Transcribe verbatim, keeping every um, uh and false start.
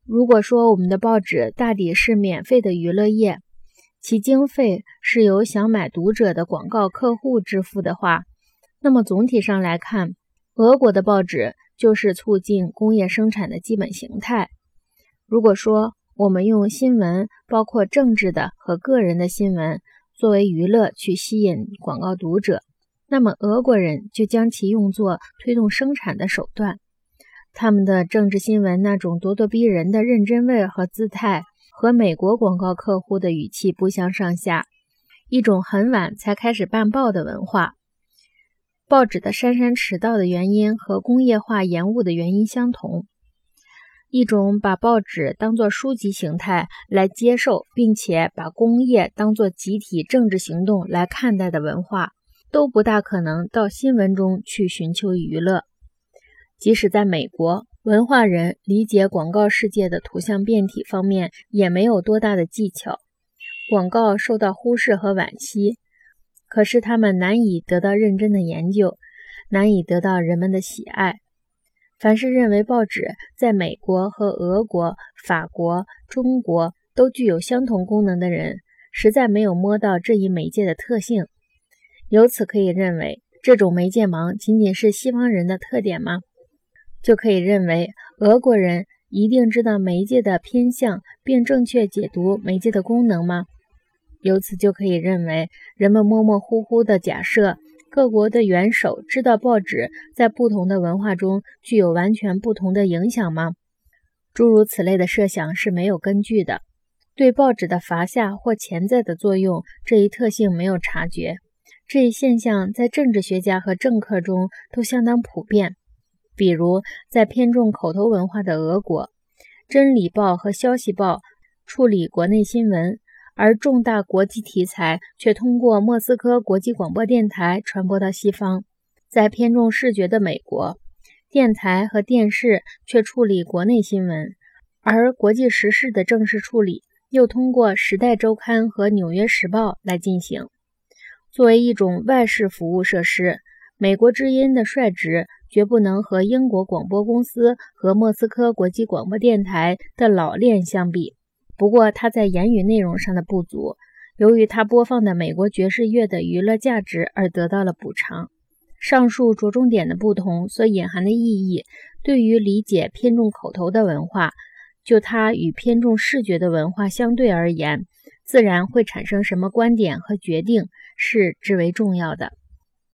如果说我们的报纸大抵是免费的娱乐业，其经费是由想买读者的广告客户支付的话，那么总体上来看，俄国的报纸就是促进工业生产的基本形态。如果说我们用新闻，包括政治的和个人的新闻，作为娱乐去吸引广告读者，那么俄国人就将其用作推动生产的手段。他们的政治新闻那种咄咄逼人的认真味和姿态，和美国广告客户的语气不相上下，一种很晚才开始办报的文化。报纸的姗姗迟到的原因和工业化延误的原因相同，一种把报纸当作书籍形态来接受，并且把工业当作集体政治行动来看待的文化，都不大可能到新闻中去寻求娱乐。即使在美国，文化人理解广告世界的图像变体方面也没有多大的技巧，广告受到忽视和惋惜，可是他们难以得到认真的研究，难以得到人们的喜爱。凡是认为报纸在美国和俄国、法国、中国都具有相同功能的人，实在没有摸到这一媒介的特性。由此可以认为，这种媒介盲仅仅是西方人的特点吗？就可以认为，俄国人一定知道媒介的偏向，并正确解读媒介的功能吗？由此就可以认为，人们模模糊糊地假设各国的元首知道报纸在不同的文化中具有完全不同的影响吗？诸如此类的设想是没有根据的。对报纸的罚下或潜在的作用这一特性没有察觉，这一现象在政治学家和政客中都相当普遍。比如在偏重口头文化的俄国，真理报和消息报处理国内新闻，而重大国际题材却通过莫斯科国际广播电台传播到西方。在偏重视觉的美国，电台和电视却处理国内新闻，而国际时事的正式处理又通过时代周刊和纽约时报来进行。作为一种外事服务设施，美国之音的率直绝不能和英国广播公司和莫斯科国际广播电台的老练相比。不过它在言语内容上的不足，由于它播放的美国爵士乐的娱乐价值而得到了补偿。上述着重点的不同所隐含的意义，对于理解偏重口头的文化，就它与偏重视觉的文化相对而言，自然会产生什么观点和决定是至为重要的。